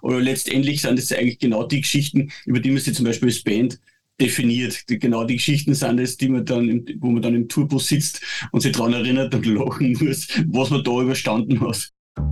aber letztendlich sind das eigentlich genau die Geschichten, über die man sich zum Beispiel als Band definiert. Genau die Geschichten sind es, die man dann, wo man dann im Tourbus sitzt und sich daran erinnert und lachen muss, was man da überstanden hat.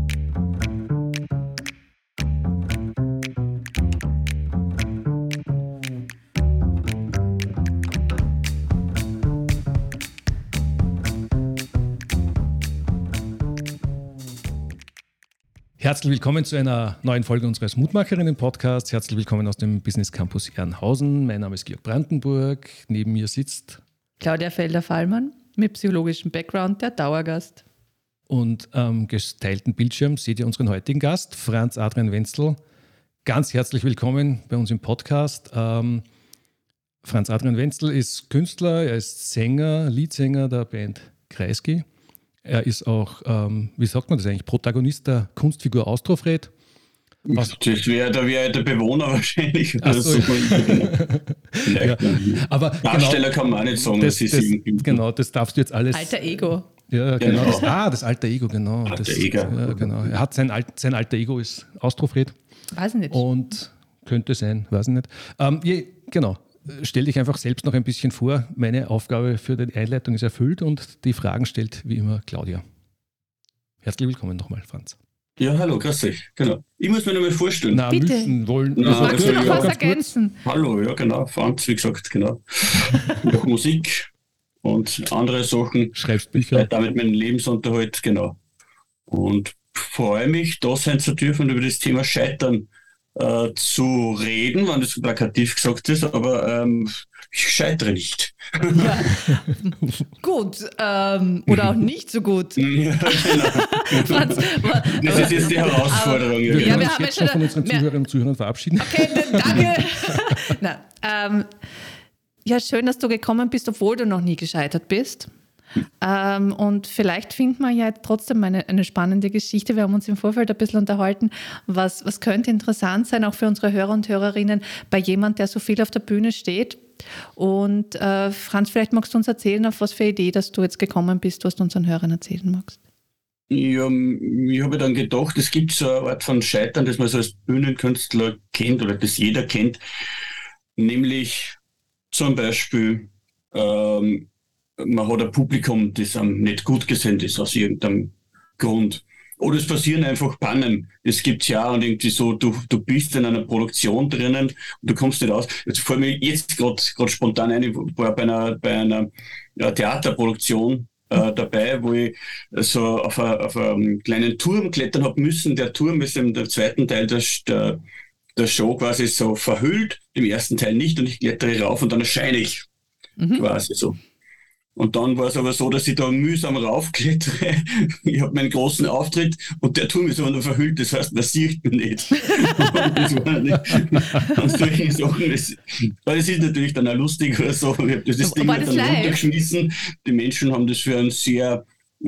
Herzlich willkommen zu einer neuen Folge unseres Mutmacherinnen-Podcasts. Herzlich willkommen aus dem Business Campus Ehrenhausen. Mein Name ist Georg Brandenburg. Neben mir sitzt Claudia Felder-Fallmann mit psychologischem Background, der Dauergast. Und am geteilten Bildschirm seht ihr unseren heutigen Gast, Franz Adrian Wenzel. Ganz herzlich willkommen bei uns im Podcast. Franz Adrian Wenzel ist Künstler, er ist Sänger, Leadsänger der Band Kreisky. Er ist auch, wie sagt man das eigentlich, Protagonist der Kunstfigur Austrofred. Das wäre der Bewohner wahrscheinlich. Ach so, ja. Aber Darsteller kann man auch nicht sagen, das darfst du jetzt alles. Alter Ego. Ja, genau. Das alter Ego, genau. Alter Ego. Ja, genau. Er hat sein alter Ego ist Austrofred. Weiß ich nicht. Und könnte sein, weiß ich nicht. Genau. Stell dich einfach selbst noch ein bisschen vor. Meine Aufgabe für die Einleitung ist erfüllt und die Fragen stellt wie immer Claudia. Herzlich willkommen nochmal, Franz. Ja, hallo, grüß dich. Genau. Ich muss mir noch mal vorstellen. Na, bitte. Müssen, wollen. Magst du noch was ergänzen? Hallo, ja genau, Franz, wie gesagt, genau. Noch Musik und andere Sachen. Schreibst Bücher. Damit meinen Lebensunterhalt, genau. Und freue mich, da sein zu dürfen, über das Thema Scheitern zu reden, wenn das so plakativ gesagt ist, aber ich scheitere nicht. Ja. Gut, oder auch nicht so gut. Ja, genau. Franz, Das ist jetzt die Herausforderung. Wir Ja, können wir uns haben jetzt ja schon von unseren Zuhörerinnen und Zuhörern verabschieden. Okay, danke. Ja, schön, dass du gekommen bist, obwohl du noch nie gescheitert bist. Und vielleicht finden wir ja trotzdem eine spannende Geschichte. Wir haben uns im Vorfeld ein bisschen unterhalten, was könnte interessant sein, auch für unsere Hörer und Hörerinnen, bei jemand, der so viel auf der Bühne steht. Und Franz, vielleicht magst du uns erzählen, auf was für eine Idee, dass du jetzt gekommen bist, was du unseren Hörern erzählen magst. Ja, ich habe dann gedacht, es gibt so eine Art von Scheitern, das man so als Bühnenkünstler kennt oder das jeder kennt, nämlich zum Beispiel man hat ein Publikum, das einem nicht gut gesinnt ist aus irgendeinem Grund. Oder es passieren einfach Pannen. Das gibt's ja und irgendwie so, du bist in einer Produktion drinnen und du kommst nicht raus. Jetzt fällt mir jetzt gerade spontan ein, ich war bei einer Theaterproduktion dabei, wo ich so auf einen kleinen Turm klettern habe müssen. Der Turm ist im zweiten Teil der Show quasi so verhüllt, im ersten Teil nicht und ich klettere rauf und dann erscheine ich quasi so. Und dann war es aber so, dass ich da mühsam raufklettere. Ich habe meinen großen Auftritt und der Turm ist aber noch verhüllt, das heißt, man sieht mich nicht. Und solche Sachen, das ist natürlich dann auch lustig oder so. Ich habe das Ding dann runtergeschmissen. Die Menschen haben das für einen sehr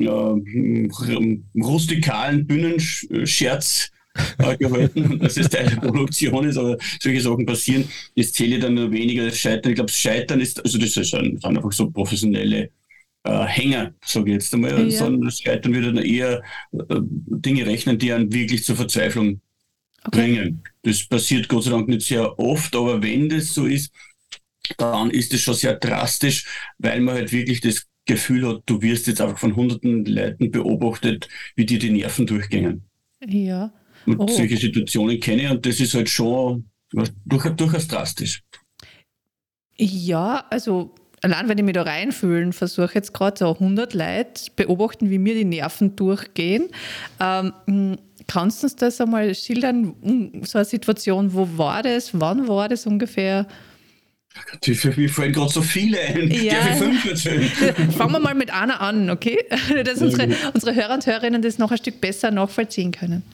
rustikalen Bühnenscherz gehalten und dass es Teil der Produktion ist, aber solche Sachen passieren, das zähle ich dann nur weniger als Scheitern. Ich glaube, Scheitern ist, also das sind einfach so professionelle Hänger, sage ich jetzt einmal, sondern das Scheitern würde dann eher Dinge rechnen, die einen wirklich zur Verzweiflung bringen. Das passiert Gott sei Dank nicht sehr oft, aber wenn das so ist, dann ist es schon sehr drastisch, weil man halt wirklich das Gefühl hat, du wirst jetzt einfach von hunderten Leuten beobachtet, wie dir die Nerven durchgängen. Ja. Und solche Situationen kenne ich und das ist halt schon durchaus drastisch. Ja, also allein wenn ich mich da reinfühlen, versuche jetzt gerade so 100 Leute beobachten, wie mir die Nerven durchgehen. Kannst du uns das einmal schildern, so eine Situation, wo war das, wann war das ungefähr? Mir fallen gerade so viele ein. Ja. Darf ich 5 erzählen? Fangen wir mal mit einer an, okay? Dass unsere Hörer und Hörerinnen das noch ein Stück besser nachvollziehen können.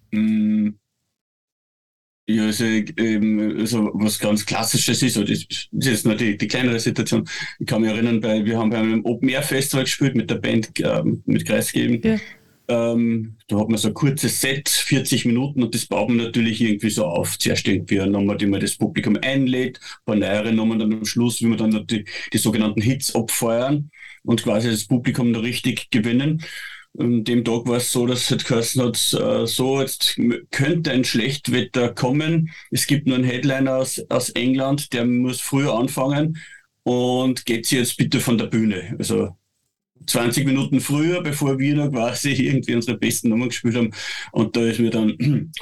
Ja, also was ganz Klassisches ist, das ist nur die kleinere Situation. Ich kann mich erinnern, wir haben bei einem Open Air Festival gespielt mit der Band, mit Kreisky. Ja. Da hat man so ein kurzes Set, 40 Minuten, und das baut man natürlich irgendwie so auf. Zuerst irgendwie eine Nummer, die man das Publikum einlädt, ein paar neuere Nummern dann am Schluss, wie man dann die sogenannten Hits abfeuern und quasi das Publikum noch richtig gewinnen. An dem Tag war es so, dass es halt geheißen hat, so, jetzt könnte ein Schlechtwetter kommen. Es gibt nur einen Headliner aus England, der muss früher anfangen und geht sie jetzt bitte von der Bühne. Also 20 Minuten früher, bevor wir noch quasi irgendwie unsere besten Nummern gespielt haben. Und da ist mir dann,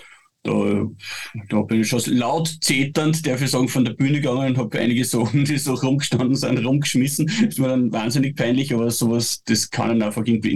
da bin ich schon laut zeternd, darf ich sagen, von der Bühne gegangen und habe einige Sachen, die so rumgestanden sind, rumgeschmissen. Das ist mir dann wahnsinnig peinlich, aber sowas, das kann dann einfach irgendwie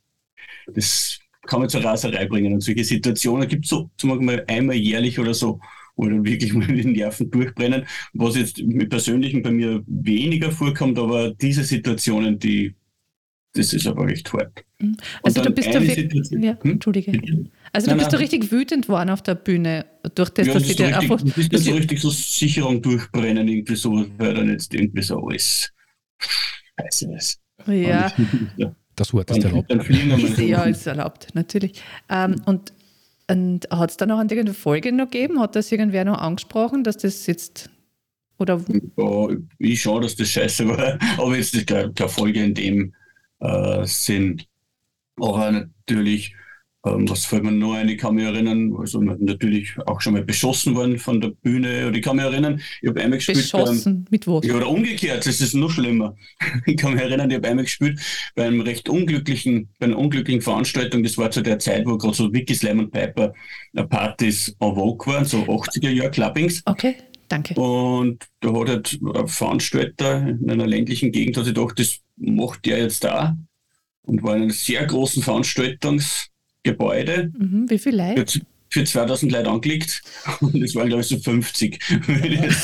das kann man zur Raserei bringen. Und solche Situationen gibt es so, zum Beispiel einmal jährlich oder so, wo dann wirklich mal die Nerven durchbrennen. Was jetzt mit Persönlichen bei mir weniger vorkommt, aber diese Situationen, das ist aber recht hart. Also du bist Entschuldige. Also du bist so richtig wütend geworden auf der Bühne, durch das, dass sie dir einfach... Du bist so richtig so Sicherung durchbrennen, irgendwie so, weil dann jetzt irgendwie so alles scheiße ist. Ja. Das Wort ist erlaubt. Ja, ist erlaubt, natürlich. Und hat es dann auch irgendeine Folge noch gegeben? Hat das irgendwer noch angesprochen, dass das jetzt... Oder? Ja, ich schaue, dass das scheiße war, aber jetzt ist keine Folge in dem Sinn. Aber natürlich, was fällt mir noch ein, ich kann mich erinnern, also natürlich auch schon mal beschossen worden von der Bühne. Oder ich kann mich erinnern, ich habe einmal gespielt. Beschossen? Mit was? Ja, oder umgekehrt, das ist noch schlimmer. Ich kann mich erinnern, ich habe einmal gespielt bei einer unglücklichen Veranstaltung. Das war zu der Zeit, wo gerade so Vicky Slam und Piper Partys en vogue waren, so 80er-Jahr-Clubbings. Okay. Danke. Und da hat halt ein Veranstalter in einer ländlichen Gegend hat sich gedacht, das macht der jetzt da. Und war in einem sehr großen Veranstaltungsgebäude. Wie viel Leute? Für 2000 Leute angelegt. Und es waren, glaube ich, so 50. Und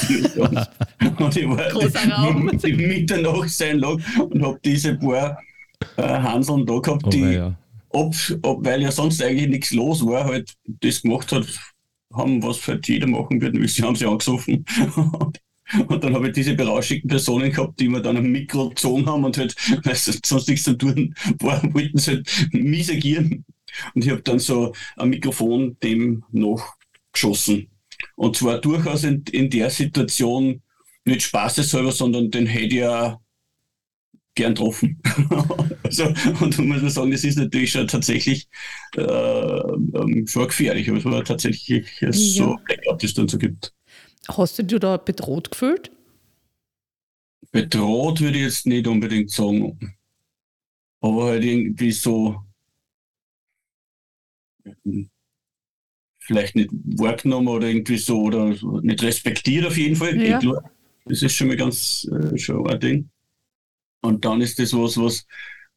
ich war im Mitternacht sein lag und habe diese paar Hanseln da gehabt, die, weil ja sonst eigentlich nichts los war, halt das gemacht hat, haben, was halt jeder machen wird, nämlich sie haben sie angesoffen. Und dann habe ich diese berauschigten Personen gehabt, die mir dann am Mikro gezogen haben und halt, weil sie sonst nichts zu tun war, wollten sie halt mies agieren. Und ich habe dann so ein Mikrofon dem nachgeschossen. Und zwar durchaus in der Situation nicht spaßeshalber, sondern den hätte ich ja gern getroffen. Also, und da muss man sagen, das ist natürlich schon tatsächlich schon gefährlich, aber es war tatsächlich so Blackout, das es dann so gibt. Hast du dich da bedroht gefühlt? Bedroht würde ich jetzt nicht unbedingt sagen. Aber halt irgendwie so vielleicht nicht wahrgenommen oder irgendwie so oder nicht respektiert auf jeden Fall. Ja. Klar. Das ist schon mal ganz schon ein Ding. Und dann ist das was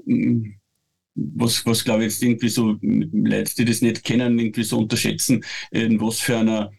glaube ich jetzt irgendwie so Leute, die das nicht kennen, irgendwie so unterschätzen, in was für einer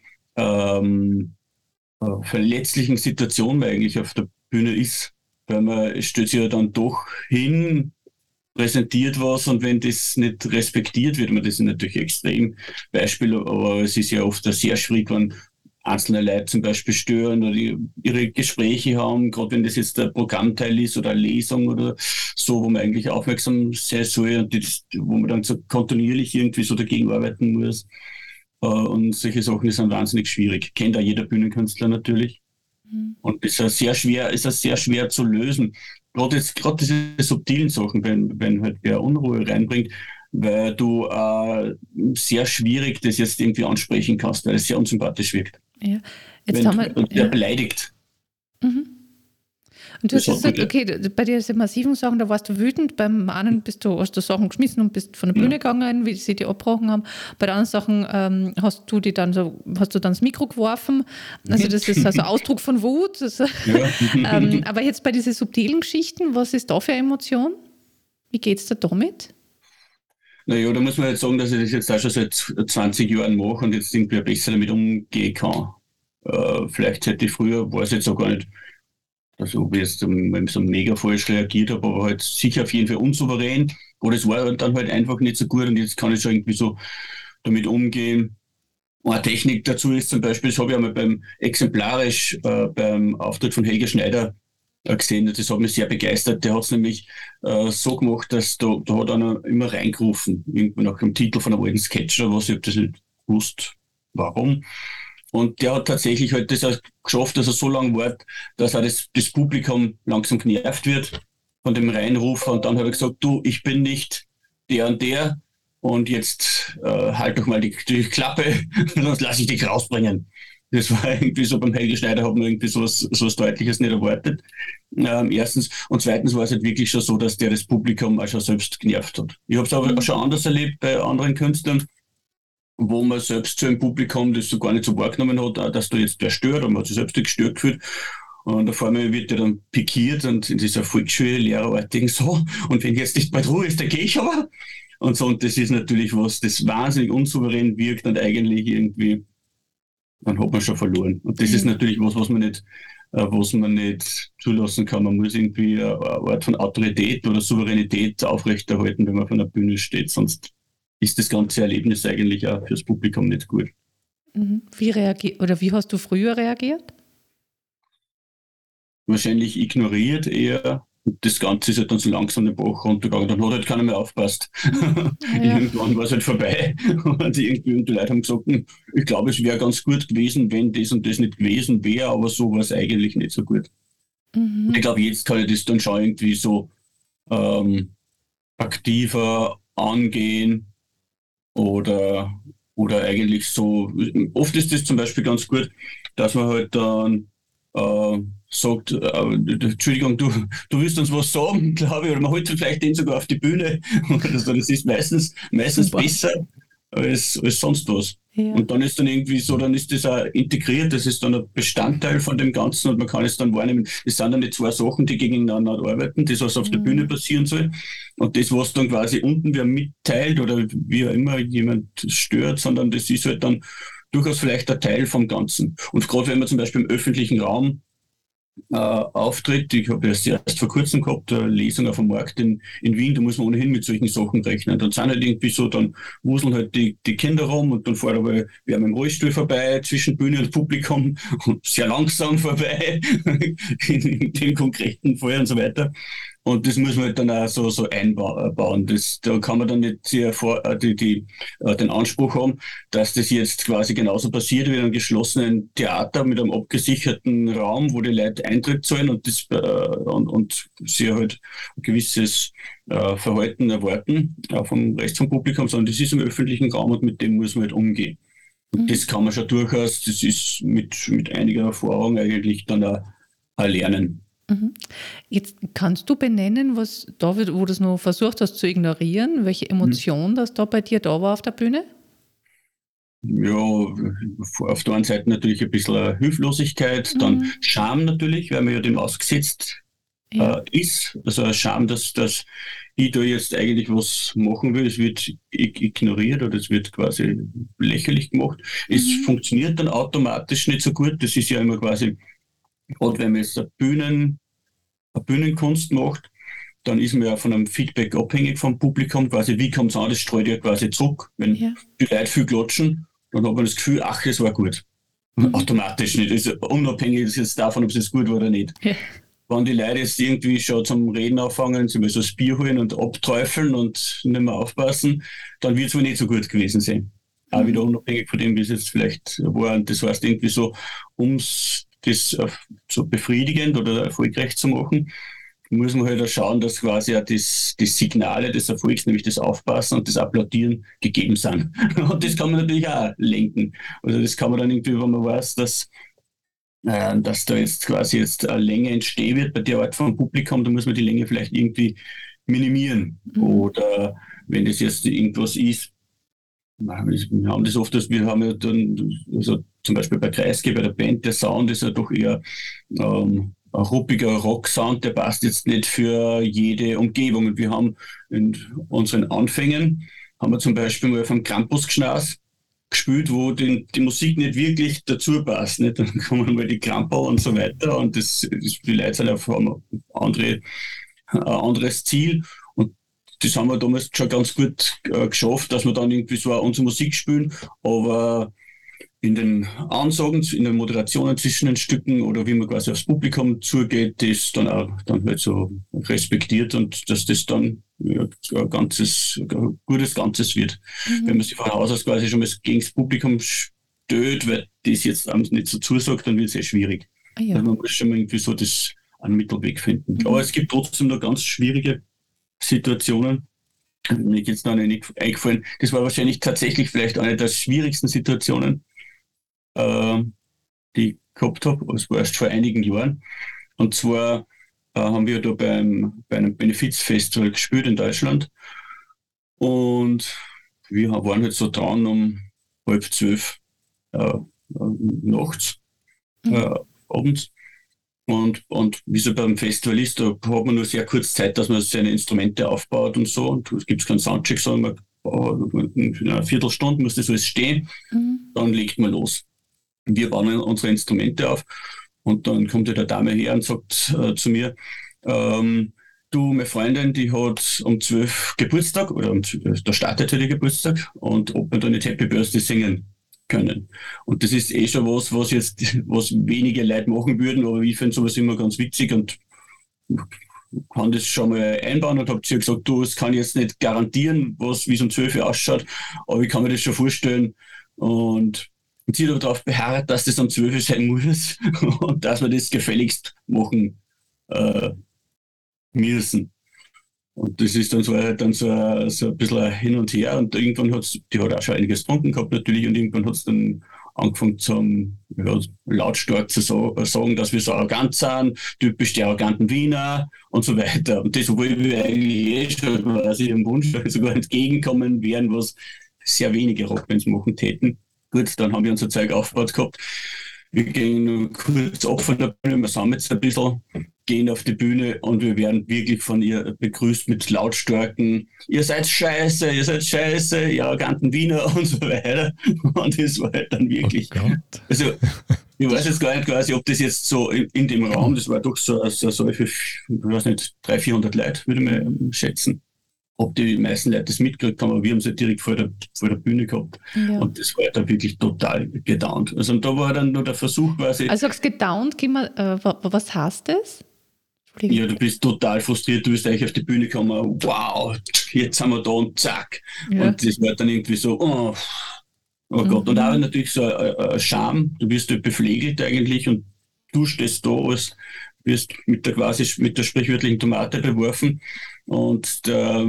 verletzlichen Situation man eigentlich auf der Bühne ist. Weil man stellt sich ja dann doch hin, präsentiert was und wenn das nicht respektiert wird, das ist natürlich extrem Beispiel, aber es ist ja oft sehr schwierig, wenn einzelne Leute zum Beispiel stören oder ihre Gespräche haben, gerade wenn das jetzt der Programmteil ist oder eine Lesung oder so, wo man eigentlich aufmerksam sein soll und wo man dann so kontinuierlich irgendwie so dagegen arbeiten muss. Und solche Sachen sind wahnsinnig schwierig. Kennt auch jeder Bühnenkünstler natürlich. Und ist auch sehr schwer zu lösen. Gerade diese subtilen Sachen, wenn halt wer Unruhe reinbringt, weil du sehr schwierig das jetzt irgendwie ansprechen kannst, weil es sehr unsympathisch wirkt. Ja. Jetzt haben wir, der beleidigt. Und du hast gesagt, okay, bei dir massiven Sachen, da warst du wütend, beim einen hast du Sachen geschmissen und bist von der Bühne gegangen, wie sie die abgebrochen haben. Bei den anderen Sachen hast du dann das Mikro geworfen. Also das ist also Ausdruck von Wut. Aber jetzt bei diesen subtilen Geschichten, was ist da für eine Emotion? Wie geht es dir damit? Naja, da muss man jetzt sagen, dass ich das jetzt auch schon seit 20 Jahren mache und jetzt irgendwie besser damit umgehen kann. Vielleicht hätte ich früher, weiß ich jetzt auch gar nicht, also ob ich jetzt so mega falsch reagiert habe, aber halt sicher auf jeden Fall unsouverän. Oder es war dann halt einfach nicht so gut und jetzt kann ich schon irgendwie so damit umgehen. Und eine Technik dazu ist zum Beispiel, das habe ich einmal beim Auftritt von Helge Schneider gesehen, das hat mich sehr begeistert. Der hat es nämlich so gemacht, dass da hat einer immer reingerufen, irgendwie nach dem Titel von einem alten Sketch oder was, ich habe das nicht gewusst, warum. Und der hat tatsächlich halt das auch geschafft, dass er so lange wartet, dass auch das Publikum langsam genervt wird von dem Reinrufer. Und dann habe ich gesagt, du, ich bin nicht der und der und jetzt halt doch mal die Klappe, sonst lasse ich dich rausbringen. Das war irgendwie so, beim Helge Schneider hat man irgendwie sowas Deutliches nicht erwartet. Erstens. Und zweitens war es halt wirklich schon so, dass der das Publikum auch schon selbst genervt hat. Ich habe es aber schon anders erlebt bei anderen Künstlern, wo man selbst so ein Publikum das so gar nicht so wahrgenommen hat, dass da jetzt wer stört, und man hat sich selbst nicht gestört gefühlt. Und auf einmal wird der dann pikiert und in dieser Volksschule-Lehrerartigen so, und wenn jetzt nicht bald Ruhe ist, dann gehe ich aber. Und so, und das ist natürlich was, das wahnsinnig unsouverän wirkt und eigentlich irgendwie, dann hat man schon verloren. Und das ist natürlich was man nicht zulassen kann. Man muss irgendwie eine Art von Autorität oder Souveränität aufrechterhalten, wenn man auf einer Bühne steht, sonst ist das ganze Erlebnis eigentlich auch fürs Publikum nicht gut. Wie hast du früher reagiert? Wahrscheinlich ignoriert eher. Und das Ganze ist halt dann so langsam den Bach runtergegangen. Dann hat halt keiner mehr aufgepasst. Irgendwann war es halt vorbei. Und die Leute haben gesagt, ich glaube, es wäre ganz gut gewesen, wenn das und das nicht gewesen wäre, aber so war es eigentlich nicht so gut. Ich glaube, jetzt kann ich das dann schon irgendwie so aktiver angehen oder eigentlich so. Oft ist das zum Beispiel ganz gut, dass man halt dann sagt, Entschuldigung, du willst uns was sagen, glaube ich, oder man holt vielleicht den sogar auf die Bühne oder so. Das ist meistens besser als sonst was. Ja. Und dann ist dann irgendwie so, dann ist das auch integriert, das ist dann ein Bestandteil von dem Ganzen und man kann es dann wahrnehmen. Das sind dann nicht zwei Sachen, die gegeneinander arbeiten, das, was auf der Bühne passieren soll und das, was dann quasi unten wer mitteilt oder wie auch immer jemand stört, sondern das ist halt dann durchaus vielleicht ein Teil vom Ganzen. Und gerade wenn man zum Beispiel im öffentlichen Raum auftritt, ich habe erst vor kurzem gehabt, eine Lesung auf dem Markt in Wien, da muss man ohnehin mit solchen Sachen rechnen. Dann sind halt irgendwie so, dann wuseln halt die Kinder rum und dann fährt aber wer mit dem Rollstuhl vorbei, zwischen Bühne und Publikum, und sehr langsam vorbei, in dem konkreten Fall und so weiter. Und das muss man halt dann auch so einbauen. Da kann man dann nicht den Anspruch haben, dass das jetzt quasi genauso passiert wie in einem geschlossenen Theater mit einem abgesicherten Raum, wo die Leute Eintritt zahlen und sie halt ein gewisses Verhalten erwarten vom Rest vom Publikum, sondern das ist im öffentlichen Raum und mit dem muss man halt umgehen. Und das kann man schon durchaus, das ist mit einiger Erfahrung eigentlich dann auch lernen. Jetzt kannst du benennen, was da wird, wo du es noch versucht hast zu ignorieren, welche Emotion das da bei dir da war auf der Bühne? Ja, auf der einen Seite natürlich ein bisschen Hilflosigkeit, dann Scham natürlich, weil man ja dem ausgesetzt ist. Also ein Scham, dass ich da jetzt eigentlich was machen will. Es wird ignoriert oder es wird quasi lächerlich gemacht. Es funktioniert dann automatisch nicht so gut. Das ist ja immer quasi, gerade wenn man jetzt eine Bühnenkunst macht, dann ist man ja von einem Feedback abhängig vom Publikum, quasi wie kommt es an, das streut ja quasi zurück. Wenn die Leute viel klatschen, dann hat man das Gefühl, ach, es war gut. Automatisch nicht, also unabhängig jetzt davon, ob es jetzt gut war oder nicht. Ja. Wenn die Leute jetzt irgendwie schon zum Reden anfangen, sie müssen das Bier holen und abträufeln und nicht mehr aufpassen, dann wird es wohl nicht so gut gewesen sein. Auch wieder unabhängig von dem, wie es jetzt vielleicht war. Und das heißt irgendwie so, das so befriedigend oder erfolgreich zu machen, muss man halt auch schauen, dass quasi auch die Signale des Erfolgs, nämlich das Aufpassen und das Applaudieren, gegeben sind. Und das kann man natürlich auch lenken. Also das kann man dann irgendwie, wenn man weiß, dass da jetzt quasi eine Länge entstehen wird bei der Art von Publikum, da muss man die Länge vielleicht irgendwie minimieren. Oder wenn das jetzt irgendwas ist, wir haben das oft, wir haben ja dann, also zum Beispiel bei Kreisky, bei der Band, der Sound ist ja doch eher ein ruppiger Rock-Sound, der passt jetzt nicht für jede Umgebung. Und wir haben in unseren Anfängen, haben wir zum Beispiel mal vom Krampusgschnaß gespielt, wo die Musik nicht wirklich dazu passt. Nicht? Dann kommen mal die Kramperl und so weiter und die Leute sind auf ein anderes Ziel. Und das haben wir damals schon ganz gut geschafft, dass wir dann irgendwie so auch unsere Musik spielen, aber in den Ansagen, in den Moderationen zwischen den Stücken oder wie man quasi aufs Publikum zugeht, das dann auch dann halt so respektiert und dass das dann ein gutes Ganzes wird. Wenn man sich von Haus aus quasi schon mal gegen das Publikum stößt, weil das jetzt nicht so zusagt, dann wird es sehr schwierig. Also man muss schon mal irgendwie so einen Mittelweg finden. Aber es gibt trotzdem noch ganz schwierige Situationen, mir jetzt noch nicht eingefallen. Das war wahrscheinlich tatsächlich vielleicht eine der schwierigsten Situationen, die ich gehabt habe. Es war erst vor einigen Jahren. Und zwar haben wir da bei einem Benefizfestival gespielt in Deutschland. Und wir waren halt so dran um 11:30 nachts, abends. Und wie so beim Festival ist, da hat man nur sehr kurz Zeit, dass man seine Instrumente aufbaut und so. Und es gibt keinen Soundcheck, sondern in einer Viertelstunde muss das alles stehen, dann legt man los. Wir bauen unsere Instrumente auf und dann kommt der Dame her und sagt zu mir, du, meine Freundin, die hat um 12 Geburtstag, oder da startet heute Geburtstag, und ob wir da nicht Happy Birthday singen können. Und das ist schon was wenige Leute machen würden, aber ich finde sowas immer ganz witzig und kann das schon mal einbauen und habe zu ihr gesagt, du, das kann ich jetzt nicht garantieren, wie es um 12 Uhr ausschaut, aber ich kann mir das schon vorstellen. Und sie hat aber darauf beharrt, dass das um 12 Uhr sein muss und dass wir das gefälligst machen müssen. Und das ist dann so ein bisschen ein Hin und Her, und irgendwann die hat auch schon einiges getrunken gehabt natürlich, und irgendwann hat es dann angefangen lautstark zu sagen, dass wir so arrogant sind, typisch die arroganten Wiener und so weiter. Und das, obwohl wir eigentlich schon quasi ihrem Wunsch sogar entgegenkommen wären, was sehr wenige Rockbands machen täten. Gut, dann haben wir unser Zeug aufgebaut gehabt. Wir gehen nur kurz ab von der Bühne, wir sammeln jetzt ein bisschen, gehen auf die Bühne und wir werden wirklich von ihr begrüßt mit lautstarken, ihr seid scheiße, ihr arroganten Wiener und so weiter. Und das war halt dann wirklich, also ich weiß jetzt gar nicht quasi, ob das jetzt so in dem Raum, das war doch so für, ich weiß nicht, 300, 400 Leute, würde ich mal schätzen. Ob die meisten Leute das mitgekriegt haben, aber wir haben es ja direkt vor der Bühne gehabt. Ja. Und das war dann wirklich total gedownt. Also da war dann nur der Versuch quasi. Also sagst gedownt, was heißt das? Ja, du bist total frustriert, du bist eigentlich auf die Bühne gekommen, wow, jetzt sind wir da und zack. Ja. Und das war dann irgendwie so, oh Gott. Und auch natürlich so ein Scham, du bist halt bepflegelt eigentlich und du stehst da, wirst mit der sprichwörtlichen Tomate beworfen. Und der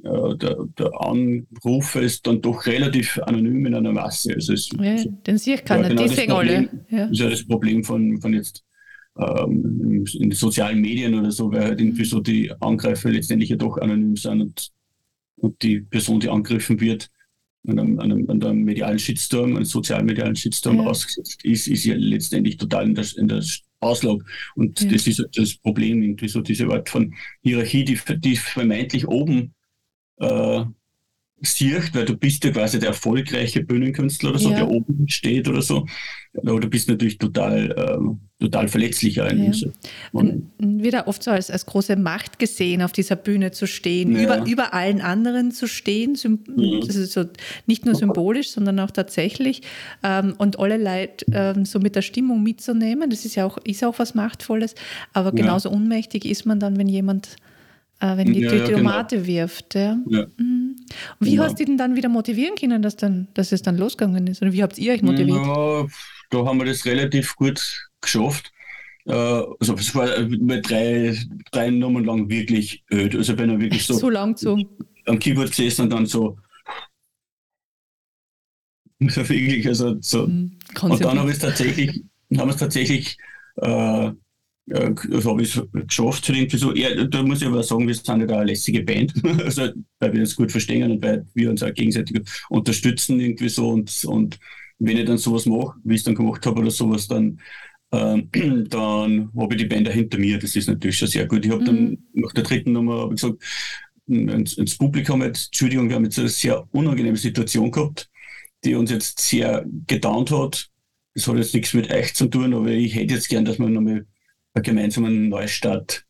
Anruf ist dann doch relativ anonym in einer Masse. Also den sehe ich keiner, die sehen alle. Ja. Das ist ja das Problem von jetzt in den sozialen Medien oder so, weil halt irgendwie so die Angreifer letztendlich ja doch anonym sind und die Person, die angegriffen wird, an einem medialen Shitstorm, einem sozialmedialen Shitstorm ausgesetzt ist ja letztendlich total in der Auslage. Und das ist das Problem, irgendwie so diese Art von Hierarchie, die vermeintlich oben sieht, weil du bist ja quasi der erfolgreiche Bühnenkünstler oder so, der oben steht oder so. Aber du bist natürlich total verletzlicher. Und wird da oft so als große Macht gesehen, auf dieser Bühne zu stehen, über allen anderen zu stehen. Das ist so nicht nur symbolisch, sondern auch tatsächlich. Und alle Leute so mit der Stimmung mitzunehmen, das ist ja auch was Machtvolles. Aber genauso ohnmächtig ist man dann, wenn jemand wenn die Tomate wirft. Ja. Ja. Und wie hast du denn dann wieder motivieren können, dass es dann losgegangen ist? Oder wie habt ihr euch motiviert? Ja, da haben wir das relativ gut geschafft. Also es war mal drei Nummern lang wirklich öd. Also wenn er wirklich so lang am Keyboard gesessen und dann so wirklich, also so. Und dann haben wir es tatsächlich habe ich es geschafft. Irgendwie so. Da muss ich aber sagen, wir sind nicht eine lässige Band, also, weil wir uns gut verstehen und weil wir uns auch gegenseitig unterstützen irgendwie so. Und wenn ich dann sowas mache, wie ich es dann gemacht habe oder sowas, dann habe ich die Band auch hinter mir. Das ist natürlich schon sehr gut. Ich habe dann nach der dritten Nummer gesagt, ins Publikum, Entschuldigung, wir haben jetzt eine sehr unangenehme Situation gehabt, die uns jetzt sehr gedownt hat. Das hat jetzt nichts mit euch zu tun, aber ich hätte jetzt gern, dass wir nochmal einen gemeinsamen Neustart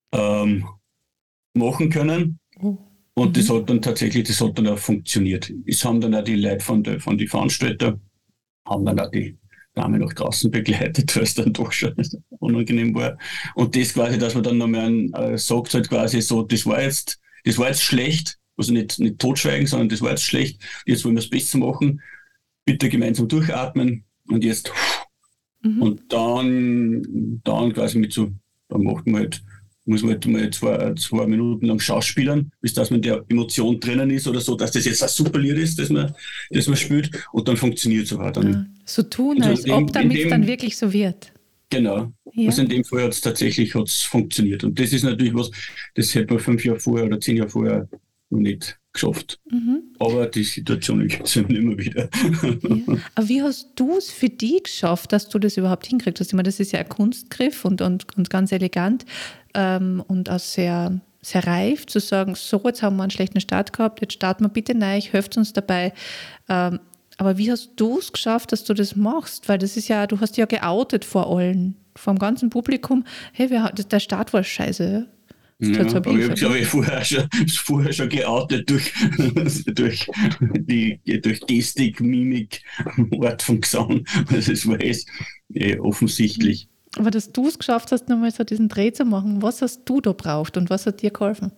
machen können. Und das hat dann auch funktioniert. Es haben dann auch die Leute von den Veranstaltern, haben dann auch die Dame nach draußen begleitet, weil es dann doch schon unangenehm war. Und das quasi, dass man dann nochmal sagt, halt quasi so, das war jetzt schlecht, also nicht totschweigen, sondern das war jetzt schlecht, jetzt wollen wir es besser machen, bitte gemeinsam durchatmen und jetzt und dann quasi dann macht man halt muss man halt mal zwei Minuten lang schauspielern, bis dass man der Emotion drinnen ist oder so, dass das jetzt ein super Lied ist, das man spielt, und dann funktioniert es auch. So tun, Also als ob damit es dann wirklich so wird. Genau. Ja. Also in dem Fall hat's funktioniert. Und das ist natürlich was, das hätte man 5 Jahre vorher oder 10 Jahre vorher noch nicht geschafft. Aber die Situation gibt es immer wieder. Ja. Aber wie hast du es für dich geschafft, dass du das überhaupt hinkriegst? Ich meine, das ist ja ein Kunstgriff und ganz elegant und auch sehr, sehr reif zu sagen, so, jetzt haben wir einen schlechten Start gehabt, jetzt starten wir bitte neu, helft uns dabei. Aber wie hast du es geschafft, dass du das machst? Weil das ist ja, du hast ja geoutet vor allen, vor dem ganzen Publikum, hey, der Start war scheiße. Ja? Ja, aber ich habe, glaube ich, vorher schon geoutet durch Gestik, Mimik, Art von Gesang. Also es war offensichtlich. Aber dass du es geschafft hast, nochmal so diesen Dreh zu machen, was hast du da braucht und was hat dir geholfen?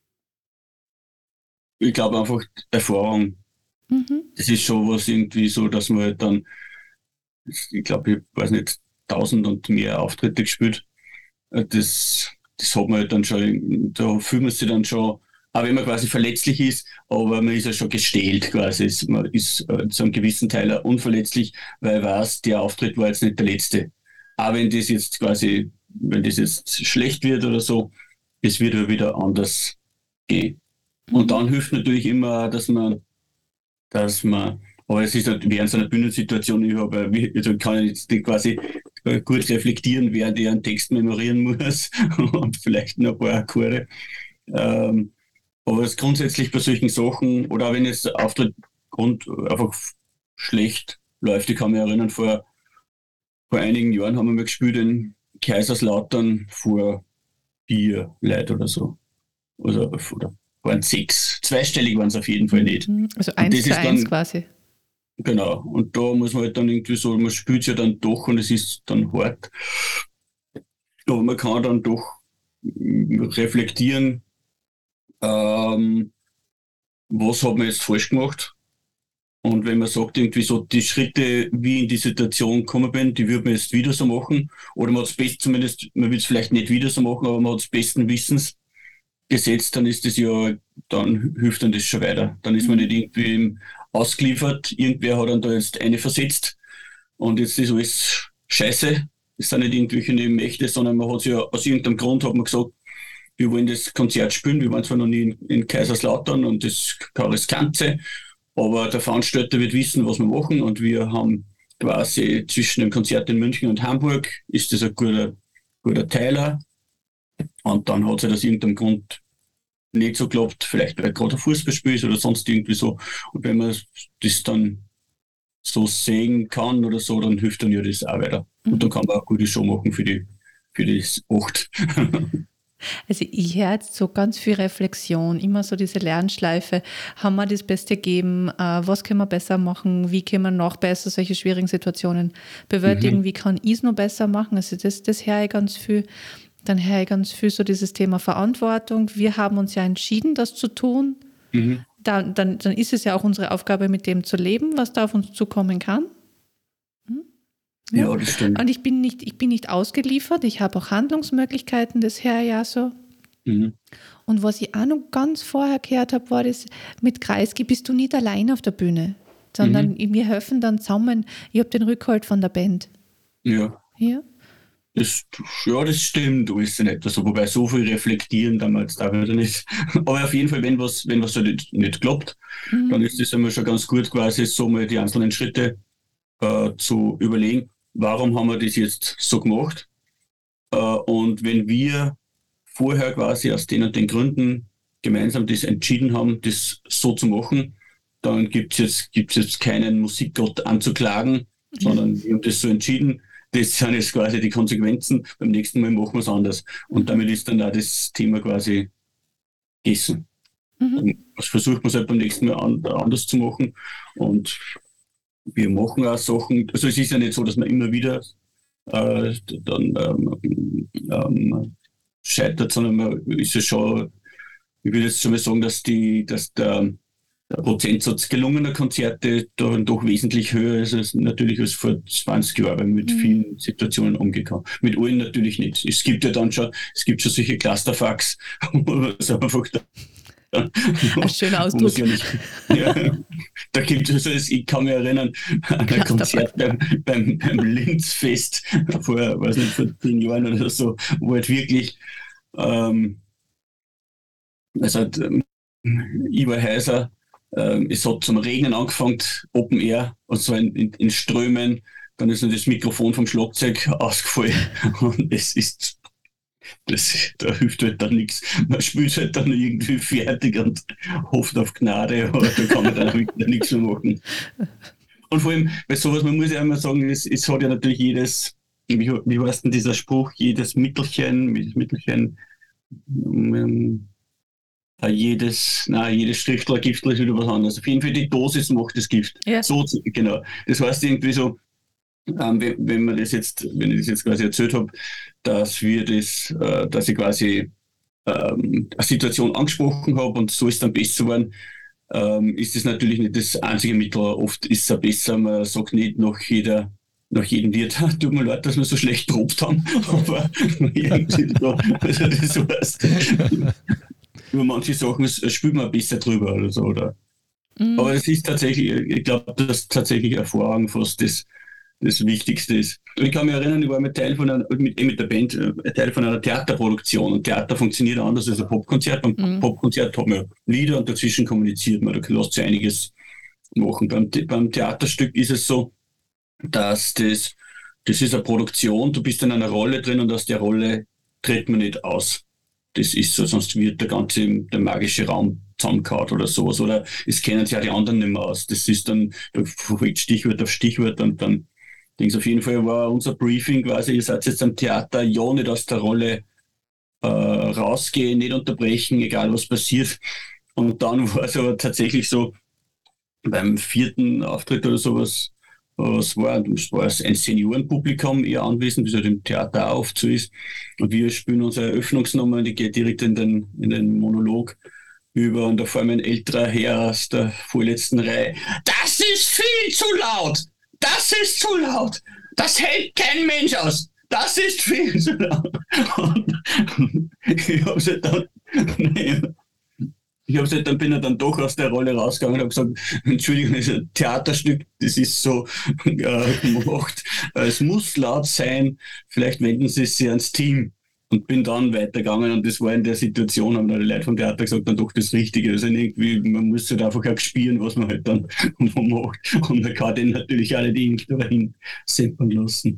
Ich glaube einfach Erfahrung. Das ist schon was irgendwie so, dass man halt dann, ich glaube, ich weiß nicht, 1000 und mehr Auftritte gespielt. Das hat man halt dann schon, da fühlt man sich dann schon, auch wenn man quasi verletzlich ist, aber man ist ja schon gestählt quasi. Man ist zu einem gewissen Teil auch unverletzlich, weil ich weiß, der Auftritt war jetzt nicht der letzte. Auch wenn das jetzt quasi, wenn das jetzt schlecht wird oder so, es wird ja wieder anders gehen. Und dann hilft natürlich immer, dass man, aber es ist halt während so einer Bühnensituation, also kann ich jetzt nicht quasi gut reflektieren, während ich einen Text memorieren muss und vielleicht noch ein paar Akkorde. Aber es grundsätzlich bei solchen Sachen, oder auch wenn jetzt der Auftritt einfach schlecht läuft, ich kann mich erinnern, vor einigen Jahren haben wir mal gespielt in Kaiserslautern vor 4 Leuten oder so. Oder waren 6. Zweistellig waren es auf jeden Fall nicht. Also 1:1 quasi. Genau. Und da muss man halt dann irgendwie so, man spielt es ja dann doch und es ist dann hart. Aber man kann dann doch reflektieren, was hat man jetzt falsch gemacht. Und wenn man sagt, irgendwie so, die Schritte, wie ich in die Situation gekommen bin, die würde man jetzt wieder so machen. Oder man hat es zumindest, man will es vielleicht nicht wieder so machen, aber man hat es besten Wissens gesetzt, dann ist das ja, dann hilft dann das schon weiter. Dann ist man nicht irgendwie ausgeliefert, irgendwer hat dann da jetzt eine versetzt und jetzt ist alles scheiße. Es sind nicht irgendwelche Nebenmächte, sondern man hat sich ja aus irgendeinem Grund hat man gesagt, wir wollen das Konzert spielen, wir waren zwar noch nie in Kaiserslautern und das kann das Ganze, aber der Veranstalter wird wissen, was wir machen, und wir haben quasi zwischen dem Konzert in München und Hamburg ist das ein guter Teiler, und dann hat es halt aus irgendeinem Grund nicht so geklappt, vielleicht weil gerade ein Fußballspiel ist oder sonst irgendwie so, und wenn man das dann so sehen kann oder so, dann hilft dann ja das auch weiter. Und dann kann man auch eine gute Show machen für die 8. Also ich höre jetzt so ganz viel Reflexion, immer so diese Lernschleife. Haben wir das Beste gegeben? Was können wir besser machen? Wie können wir noch besser solche schwierigen Situationen bewältigen? Wie kann ich es noch besser machen? Also das höre ich ganz viel. Dann höre ich ganz viel so dieses Thema Verantwortung. Wir haben uns ja entschieden, das zu tun. Dann ist es ja auch unsere Aufgabe, mit dem zu leben, was da auf uns zukommen kann. Ja, das stimmt. Und ich bin nicht ausgeliefert, ich habe auch Handlungsmöglichkeiten, das höre ich ja so. Und was ich auch noch ganz vorher gehört habe, war das, mit Kreisky bist du nicht allein auf der Bühne, sondern wir helfen dann zusammen. Ich habe den Rückhalt von der Band. Ja. Das stimmt alles nicht. Also, wobei so viel reflektieren damals da wieder nicht. Aber auf jeden Fall, wenn was so nicht klappt, dann ist das immer schon ganz gut, quasi so mal die einzelnen Schritte zu überlegen, warum haben wir das jetzt so gemacht? Und wenn wir vorher quasi aus den und den Gründen gemeinsam das entschieden haben, das so zu machen, dann gibt's jetzt keinen Musikgott anzuklagen, sondern wir haben das so entschieden. Das sind jetzt quasi die Konsequenzen. Beim nächsten Mal machen wir es anders. Und damit ist dann auch das Thema quasi gegessen. Das versucht man es halt beim nächsten Mal anders zu machen. Und wir machen auch Sachen. Also es ist ja nicht so, dass man immer wieder scheitert, sondern man ist ja schon, ich würde jetzt schon mal sagen, dass der der Prozentsatz gelungener Konzerte doch wesentlich höher ist als natürlich als vor 20 Jahren, weil mit vielen Situationen umgegangen. Mit allen natürlich nicht. Es gibt schon solche Clusterfucks, wo es einfach Ein schöner Ausdruck. Da gibt es, ich kann mich erinnern, an ein Konzert beim Linzfest vor 10 Jahren oder so, wo halt wirklich, Ivar Heiser, es hat zum Regnen angefangen, Open Air, und so in Strömen, dann ist das Mikrofon vom Schlagzeug ausgefallen und da hilft halt dann nichts. Man spielt halt dann irgendwie fertig und hofft auf Gnade, aber da kann man dann wieder nichts mehr machen. Und vor allem bei sowas, man muss ja immer sagen, es hat ja natürlich jedes, wie heißt denn dieser Spruch, jedes Mittelchen, jedes Schriftel Gift ist wieder was anderes. Auf jeden Fall die Dosis macht das Gift. Ja. So, genau. Das heißt irgendwie so, wenn ich das jetzt quasi erzählt habe, dass ich quasi eine Situation angesprochen habe und so ist dann besser geworden, ist das natürlich nicht das einzige Mittel. Oft ist es auch besser, man sagt nicht nach jedem Lied, tut mir leid, dass wir so schlecht probt haben, aber irgendwie so, also das heißt, über manche Sachen spielt man besser drüber oder so, oder? Aber es ist tatsächlich, ich glaube, dass tatsächlich Erfahrung fast das Wichtigste ist. Und ich kann mich erinnern, ich war mit der Band Teil von einer Theaterproduktion, und Theater funktioniert anders als ein Popkonzert. Beim Popkonzert hat man Lieder und dazwischen kommuniziert man, da lässt sich einiges machen. Beim Theaterstück ist es so, dass das ist eine Produktion, du bist in einer Rolle drin und aus der Rolle tritt man nicht aus. Das ist so, sonst wird der magische Raum zusammengehauen oder sowas. Oder es kennen sich ja die anderen nicht mehr aus. Das ist dann, da folgt Stichwort auf Stichwort und dann auf jeden Fall war unser Briefing quasi, ihr seid jetzt am Theater, ja nicht aus der Rolle rausgehen, nicht unterbrechen, egal was passiert. Und dann war es aber tatsächlich so, beim 4. Auftritt oder sowas, es war ein Seniorenpublikum eher anwesend, wie es halt im Theater auch oft so ist. Und wir spielen unsere Eröffnungsnummer, die geht direkt in den Monolog über, und da vor allem ein älterer Herr aus der vorletzten Reihe. Das ist viel zu laut! Das ist zu laut! Das hält kein Mensch aus! Das ist viel zu laut! Und ich hab's halt dann, bin dann doch aus der Rolle rausgegangen und habe gesagt, Entschuldigung, das ist ein Theaterstück, das ist so gemacht. Es muss laut sein, vielleicht wenden Sie sich ans Team. Und bin dann weitergegangen, und das war in der Situation, haben dann die Leute vom Theater gesagt, dann doch das Richtige. Also irgendwie, man muss halt einfach auch spüren, was man halt dann macht. Und man kann den natürlich alle die dahin sempern lassen.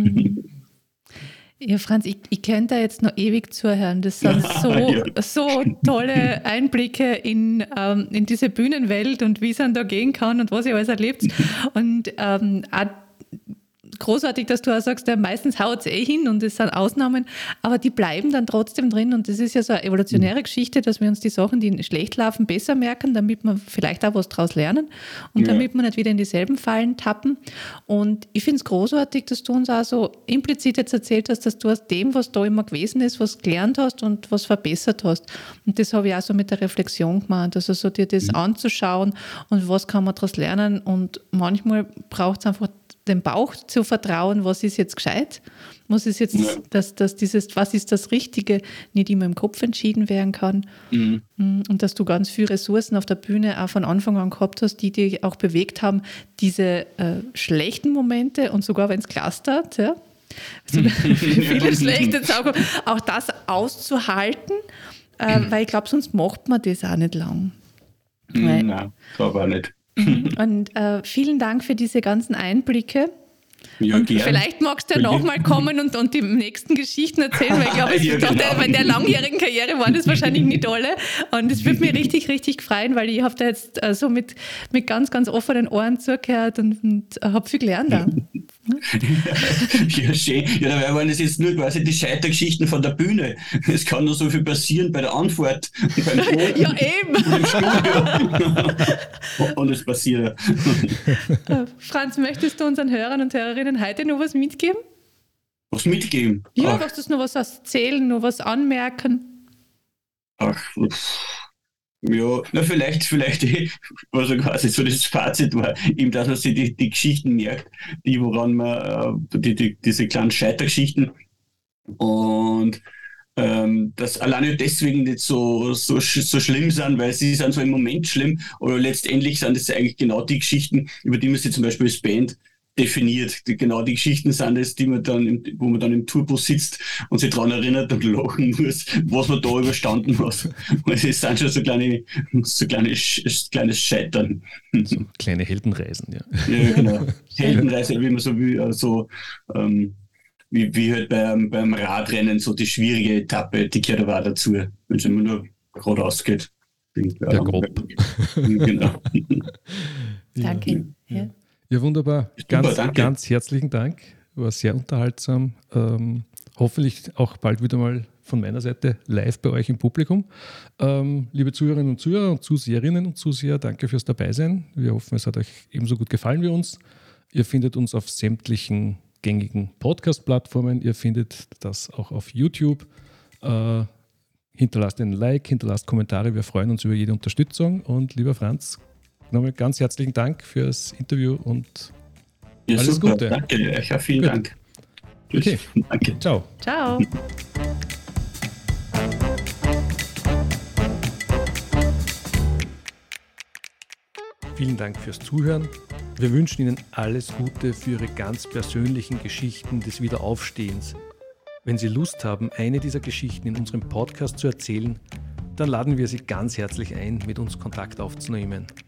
Ja, Franz, ich könnte da jetzt noch ewig zuhören. Das sind so tolle Einblicke in diese Bühnenwelt und wie es dann da gehen kann und was ihr alles erlebt. Und auch großartig, dass du auch sagst, ja, meistens haut es hin und es sind Ausnahmen, aber die bleiben dann trotzdem drin, und das ist ja so eine evolutionäre Geschichte, dass wir uns die Sachen, die schlecht laufen, besser merken, damit wir vielleicht auch was daraus lernen und damit wir nicht wieder in dieselben Fallen tappen. Und ich finde es großartig, dass du uns auch so implizit jetzt erzählt hast, dass du aus dem, was da immer gewesen ist, was gelernt hast und was verbessert hast. Und das habe ich auch so mit der Reflexion gemacht, also so dir das anzuschauen und was kann man daraus lernen, und manchmal braucht es einfach dem Bauch zu vertrauen, was ist jetzt gescheit, was ist jetzt, was ist das Richtige, nicht immer im Kopf entschieden werden kann. Und dass du ganz viele Ressourcen auf der Bühne auch von Anfang an gehabt hast, die dich auch bewegt haben, diese schlechten Momente, und sogar wenn es clustert, viele schlechte Sachen, auch das auszuhalten, weil ich glaube, sonst macht man das auch nicht lang. Nein, glaube auch nicht. Und vielen Dank für diese ganzen Einblicke. Ja, und vielleicht magst du ja nochmal kommen und die nächsten Geschichten erzählen, weil ich glaube, bei der langjährigen Karriere waren das wahrscheinlich nicht alle. Und es würde mich richtig, richtig freuen, weil ich habe da jetzt so mit ganz, ganz offenen Ohren zugehört und habe viel gelernt auch. Ja, schön. Ja, dabei waren das jetzt nur quasi die Scheitergeschichten von der Bühne. Es kann nur so viel passieren bei der Antwort. Beim ja, eben. Und es passiert. Franz, möchtest du unseren Hörern und Hörerinnen heute noch was mitgeben? Was mitgeben? Ja, möchtest du noch was erzählen, noch was anmerken? Ja, na vielleicht, also quasi so das Fazit war, eben, dass man sich die Geschichten merkt, woran man, diese kleinen Scheitergeschichten und dass alleine deswegen nicht so schlimm sind, weil sie sind so im Moment schlimm, aber letztendlich sind es eigentlich genau die Geschichten, über die man sich zum Beispiel als Band definiert. Genau die Geschichten sind es, wo man dann im Tourbus sitzt und sich daran erinnert und lachen muss, was man da überstanden hat. Und es sind schon kleines Scheitern. So kleine Heldenreisen, ja. Ja, genau. Heldenreise, wie man so will, also wie halt beim Radrennen so die schwierige Etappe, die gehört aber auch dazu, wenn es immer nur geradeaus geht. Bergab. Genau. Danke. Ja. Ja, wunderbar. Super, Ganz herzlichen Dank. War sehr unterhaltsam. Hoffentlich auch bald wieder mal von meiner Seite live bei euch im Publikum. Liebe Zuhörerinnen und Zuhörer und Zuseherinnen und Zuseher, danke fürs Dabeisein. Wir hoffen, es hat euch ebenso gut gefallen wie uns. Ihr findet uns auf sämtlichen gängigen Podcast-Plattformen. Ihr findet das auch auf YouTube. Hinterlasst einen Like, hinterlasst Kommentare. Wir freuen uns über jede Unterstützung. Und lieber Franz, nochmal ganz herzlichen Dank fürs Interview und alles super. Gute. Danke dir. Ja, vielen Dank. Okay. Danke. Ciao. Ciao. Vielen Dank fürs Zuhören. Wir wünschen Ihnen alles Gute für Ihre ganz persönlichen Geschichten des Wiederaufstehens. Wenn Sie Lust haben, eine dieser Geschichten in unserem Podcast zu erzählen, dann laden wir Sie ganz herzlich ein, mit uns Kontakt aufzunehmen.